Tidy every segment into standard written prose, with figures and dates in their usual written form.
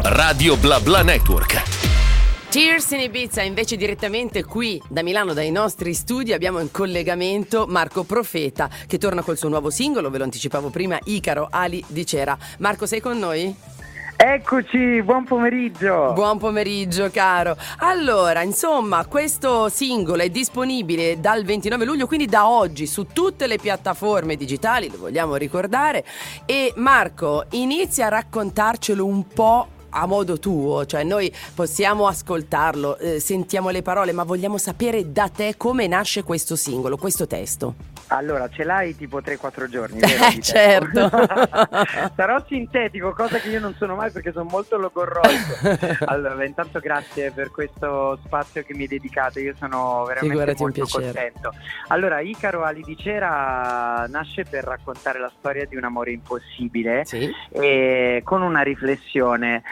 Radio BlaBla Network. Tears in Ibiza, invece direttamente qui da Milano, dai nostri studi, abbiamo in collegamento Marco Profeta che torna col suo nuovo singolo, ve lo anticipavo prima, Icaro, ali di cera. Marco, sei con noi? Eccoci, buon pomeriggio. Buon pomeriggio, caro. Allora, insomma, questo singolo è disponibile dal 29 luglio, quindi da oggi, su tutte le piattaforme digitali, lo vogliamo ricordare. E Marco, inizia a raccontarcelo un po' a modo tuo, cioè noi possiamo ascoltarlo, sentiamo le parole, ma vogliamo sapere da te come nasce questo singolo, questo testo. Allora, ce l'hai tipo 3-4 giorni, vero? Certo. Sarò sintetico, cosa che io non sono mai perché sono molto logorroico. Allora, intanto grazie per questo spazio che mi dedicate, io sono veramente molto contento. Allora, Icaro, ali di cera nasce per raccontare la storia di un amore impossibile, sì, e con una riflessione.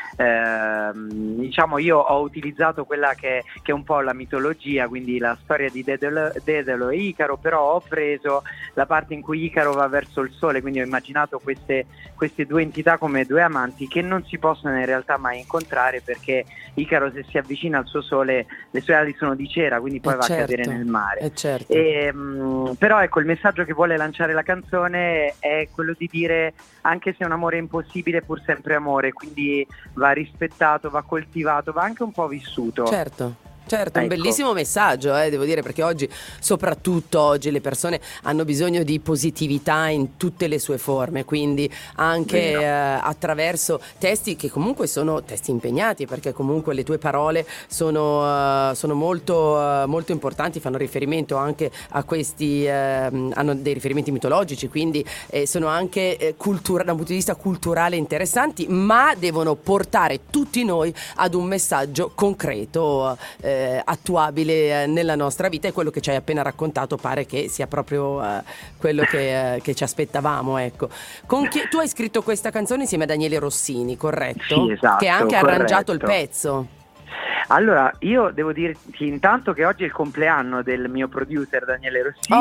Diciamo, io ho utilizzato quella che è un po' la mitologia, quindi la storia di Dedalo e Icaro, però ho preso la parte in cui Icaro va verso il sole, quindi ho immaginato queste due entità come due amanti che non si possono in realtà mai incontrare, perché Icaro, se si avvicina al suo sole, le sue ali sono di cera, quindi poi va a cadere nel mare. Certo. Però ecco, il messaggio che vuole lanciare la canzone è quello di dire: anche se un amore è impossibile, pur sempre amore, quindi va rispettato, va coltivato, va anche un po' vissuto. Certo, ecco. Un bellissimo messaggio, devo dire, perché oggi, soprattutto oggi, le persone hanno bisogno di positività in tutte le sue forme, quindi anche attraverso testi che comunque sono testi impegnati, perché comunque le tue parole sono molto, molto importanti, fanno riferimento anche a questi, hanno dei riferimenti mitologici, quindi sono anche da un punto di vista culturale interessanti, ma devono portare tutti noi ad un messaggio concreto, attuabile nella nostra vita, e quello che ci hai appena raccontato pare che sia proprio quello che ci aspettavamo, ecco. Tu hai scritto questa canzone insieme a Daniele Rossini, corretto? Sì, esatto, che ha anche arrangiato il pezzo. Allora, io devo dirti intanto che oggi è il compleanno del mio producer Daniele Rossini.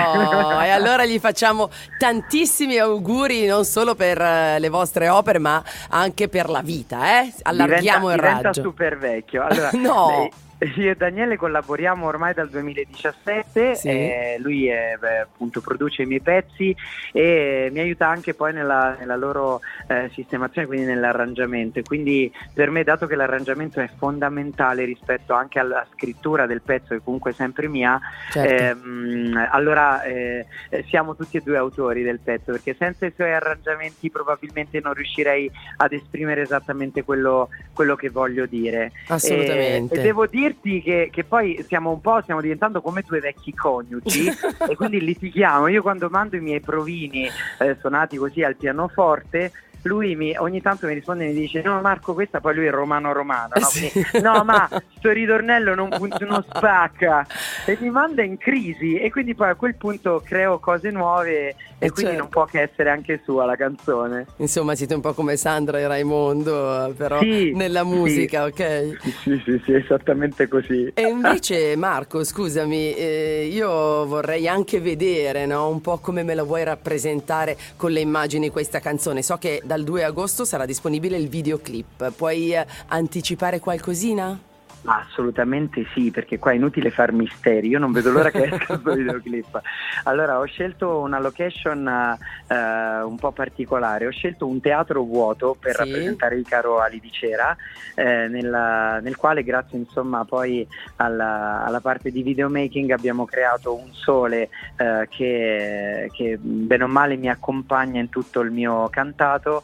E allora gli facciamo tantissimi auguri, non solo per le vostre opere, ma anche per la vita, allarghiamo il raggio. Diventa super vecchio. Allora, no! Io e Daniele collaboriamo ormai dal 2017, sì. Lui appunto produce i miei pezzi e mi aiuta anche poi nella loro sistemazione, quindi nell'arrangiamento. Quindi per me, dato che l'arrangiamento è fondamentale rispetto anche alla scrittura del pezzo, che comunque è sempre mia, certo, allora siamo tutti e due autori del pezzo, perché senza i suoi arrangiamenti probabilmente non riuscirei ad esprimere esattamente quello che voglio dire. Assolutamente. E devo dire che poi stiamo diventando come due vecchi coniugi e quindi litighiamo. Io quando mando i miei provini suonati così al pianoforte, lui ogni tanto mi risponde e mi dice: no Marco, questa, poi lui è romano, no? Sì. Quindi, no, ma sto ritornello non spacca, e mi manda in crisi, e quindi poi a quel punto creo cose nuove e quindi non può che essere anche sua la canzone. Insomma, siete un po' come Sandra e Raimondo, però sì, nella musica, sì. Ok? Sì, esattamente così. E invece Marco, scusami, io vorrei anche vedere, no, un po' come me la vuoi rappresentare con le immagini questa canzone. So che dal 2 agosto sarà disponibile il videoclip, puoi anticipare qualcosina? Assolutamente sì, perché qua è inutile far misteri, io non vedo l'ora che esca questo videoclip. Allora, ho scelto una location un po' particolare, ho scelto un teatro vuoto per rappresentare Icaro, ali di cera, nel quale, grazie insomma poi alla parte di videomaking, abbiamo creato un sole che bene o male mi accompagna in tutto il mio cantato,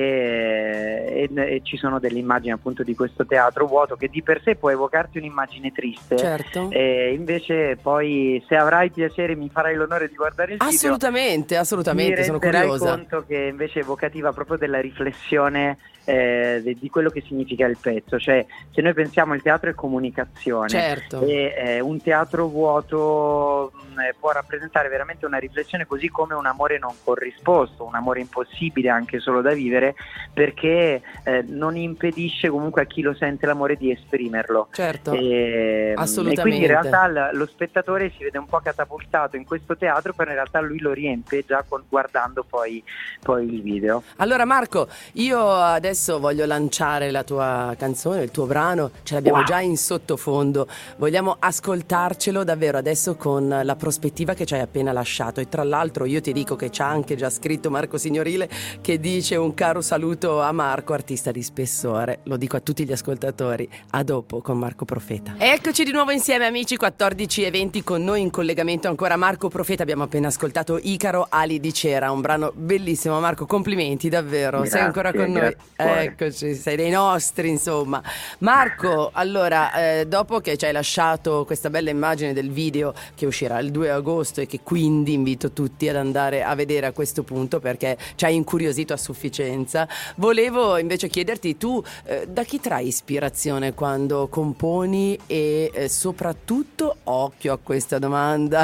e ci sono delle immagini appunto di questo teatro vuoto che di per sé può evocarti un'immagine triste, certo, e invece poi, se avrai piacere, mi farai l'onore di guardare il video. Assolutamente, sono curiosa. Mi renderai conto che invece è evocativa proprio della riflessione di quello che significa il pezzo. Cioè, se noi pensiamo, il teatro è comunicazione, certo, e un teatro vuoto può rappresentare veramente una riflessione, così come un amore non corrisposto, un amore impossibile anche solo da vivere, perché non impedisce comunque a chi lo sente l'amore di esprimerlo. Certo, assolutamente. E quindi in realtà lo spettatore si vede un po' catapultato in questo teatro, però in realtà lui lo riempie già guardando poi il video. Allora Marco, io adesso voglio lanciare la tua canzone, il tuo brano, ce l'abbiamo già in sottofondo, vogliamo ascoltarcelo davvero adesso con la prospettiva che ci hai appena lasciato. E tra l'altro io ti dico che c'ha anche già scritto Marco Signorile, che dice: un caro saluto a Marco, artista di spessore. Lo dico a tutti gli ascoltatori. A dopo con Marco Profeta. Eccoci di nuovo insieme amici, 14:20, con noi in collegamento ancora Marco Profeta. Abbiamo appena ascoltato Icaro, ali di cera, un brano bellissimo. Marco, complimenti davvero. Grazie, sei ancora con noi. Eccoci, sei dei nostri insomma. Marco, allora dopo che ci hai lasciato questa bella immagine del video che uscirà il 2 agosto e che quindi invito tutti ad andare a vedere a questo punto perché ci hai incuriosito a sufficienza, volevo invece chiederti tu da chi trai ispirazione quando componi e soprattutto, occhio a questa domanda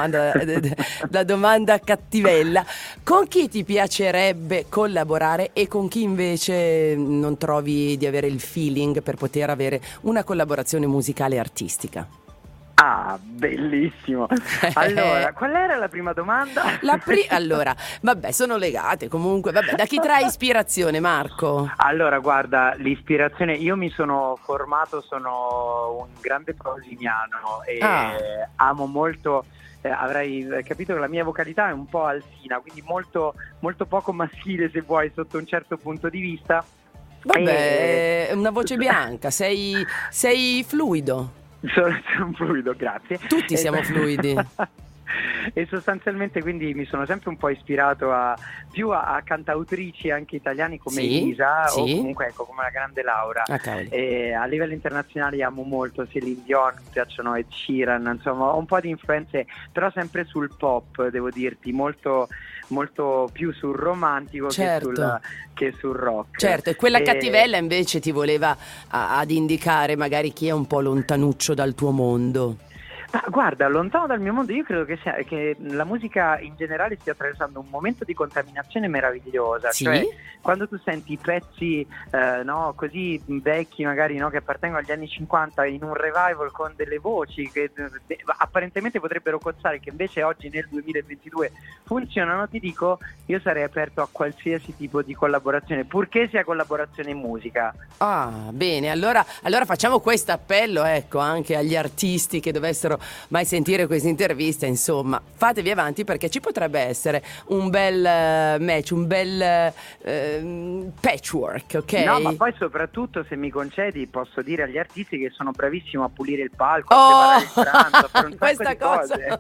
la domanda cattivella, con chi ti piacerebbe collaborare e con chi invece non trovi di avere il feeling per poter avere una collaborazione musicale e artistica? Ah, bellissimo. Allora, qual era la prima domanda? Allora, vabbè, sono legate comunque. Vabbè, da chi trae ispirazione, Marco? Allora, guarda, l'ispirazione, io mi sono formato, sono un grande prosimiano e amo molto. Avrai capito che la mia vocalità è un po' altina, quindi molto, molto poco maschile, se vuoi, sotto un certo punto di vista. Vabbè, è una voce bianca, sei fluido. Sono un fluido, grazie. Tutti siamo fluidi. E sostanzialmente quindi mi sono sempre un po' ispirato più a cantautrici anche italiani come Elisa o comunque ecco come la grande Laura. E a livello internazionale amo molto Celine Dion, mi piacciono Ed Sheeran, insomma ho un po' di influenze, però sempre sul pop, devo dirti, molto molto più sul romantico che sul rock. Certo, e quella cattivella invece ti voleva ad indicare magari chi è un po' lontanuccio dal tuo mondo. Ma guarda, lontano dal mio mondo, io credo che la musica in generale stia attraversando un momento di contaminazione meravigliosa. Sì? Cioè, quando tu senti pezzi così vecchi, magari che appartengono agli anni 50 in un revival con delle voci che apparentemente potrebbero cozzare, che invece oggi nel 2022 funzionano, ti dico, io sarei aperto a qualsiasi tipo di collaborazione, purché sia collaborazione in musica. Ah, bene, allora facciamo questo appello, ecco, anche agli artisti che dovessero mai sentire questa intervista, insomma, fatevi avanti perché ci potrebbe essere un bel match, un bel patchwork, ok? No, ma poi soprattutto, se mi concedi, posso dire agli artisti che sono bravissimo a pulire il palco, a preparare il pranzo, a fare un sacco di cose.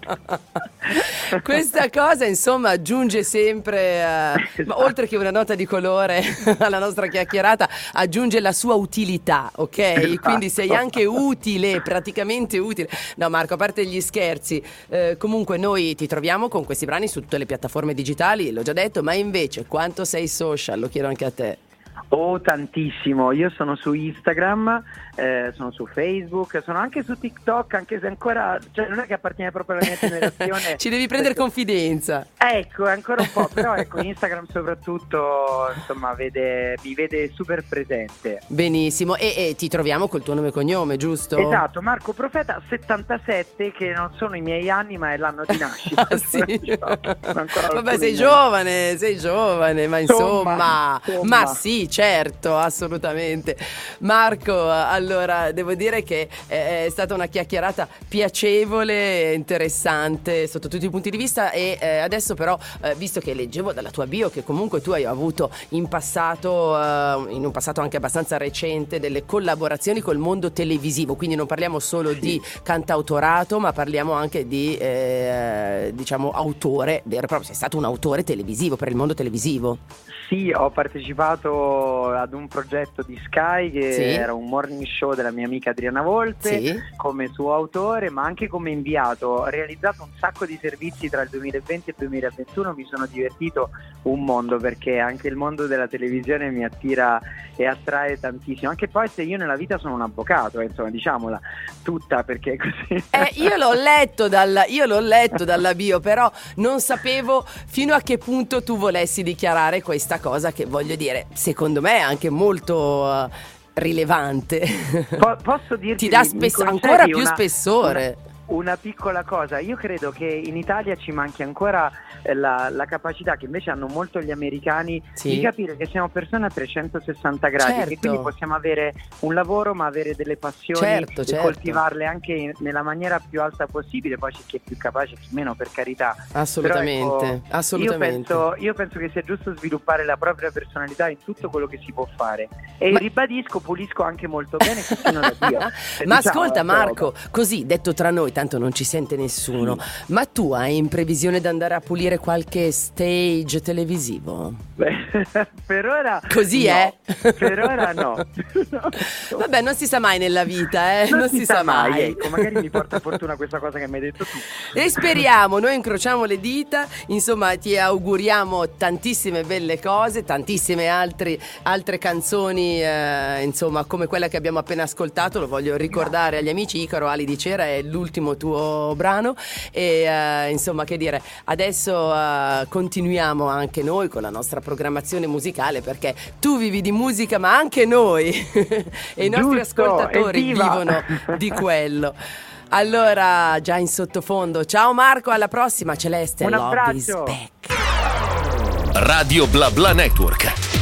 Questa cosa, insomma, aggiunge sempre, Esatto. oltre che una nota di colore alla nostra chiacchierata, aggiunge la sua utilità, ok? Esatto. Quindi sei anche utile, praticamente utile. No Marco, a parte gli scherzi, comunque noi ti troviamo con questi brani su tutte le piattaforme digitali, l'ho già detto, ma invece quanto sei social? Lo chiedo anche a te. Oh, tantissimo. Io sono su Instagram, sono su Facebook, sono anche su TikTok, anche se ancora, cioè non è che appartiene proprio alla mia generazione. Ci devi prendere confidenza. Ecco, ancora un po', però ecco, Instagram soprattutto, insomma, mi vede super presente. Benissimo, e ti troviamo col tuo nome e cognome, giusto? Esatto, Marco Profeta 77, che non sono i miei anni, ma è l'anno di nascita. Ah, sì. Vabbè, sei giovane, ma insomma. Ma sì, certo, assolutamente. Marco, allora devo dire che è stata una chiacchierata piacevole, interessante sotto tutti i punti di vista, e adesso però, visto che leggevo dalla tua bio che comunque tu hai avuto in passato, in un passato anche abbastanza recente, delle collaborazioni col mondo televisivo, quindi non parliamo solo di cantautorato, ma parliamo anche di diciamo autore vero e proprio, sei stato un autore televisivo per il mondo televisivo. Sì, ho partecipato ad un progetto di Sky che era un morning show della mia amica Adriana Volpe, come suo autore, ma anche come inviato. Ho realizzato un sacco di servizi tra il 2020 e il 2021, mi sono divertito un mondo, perché anche il mondo della televisione mi attira e attrae tantissimo, anche poi se io nella vita sono un avvocato, insomma, diciamola tutta, perché così. Io l'ho letto dalla bio, però non sapevo fino a che punto tu volessi dichiarare questa cosa che, voglio dire, secondo secondo me è anche molto rilevante. Posso dirti, ti dà ancora più spessore. Una piccola cosa, io credo che in Italia ci manchi ancora la capacità che invece hanno molto gli americani di capire che siamo persone a 360 gradi, che quindi possiamo avere un lavoro ma avere delle passioni e coltivarle anche nella maniera più alta possibile. Poi c'è chi è più capace, chi meno, per carità. Assolutamente, però, ecco, assolutamente. Io penso che sia giusto sviluppare la propria personalità in tutto quello che si può fare, e ribadisco, pulisco anche molto bene Cristina da Dio. Ma ascolta Marco, così detto tra noi, tanto non ci sente nessuno, ma tu hai in previsione di andare a pulire qualche stage televisivo? Beh, per ora così no. è? Per ora no. Vabbè, non si sa mai nella vita, non si sa mai. Ecco, magari mi porta fortuna questa cosa che mi hai detto tu. E speriamo, noi incrociamo le dita, insomma ti auguriamo tantissime belle cose, tantissime altre canzoni, insomma come quella che abbiamo appena ascoltato. Lo voglio ricordare agli amici, Icaro Ali di Cera è l'ultimo tuo brano, e insomma, che dire, adesso continuiamo anche noi con la nostra programmazione musicale, perché tu vivi di musica ma anche noi e i nostri ascoltatori vivono di quello. Allora, già in sottofondo, ciao Marco, alla prossima. Celeste, un Love abbraccio. is back. Radio Bla Bla Network.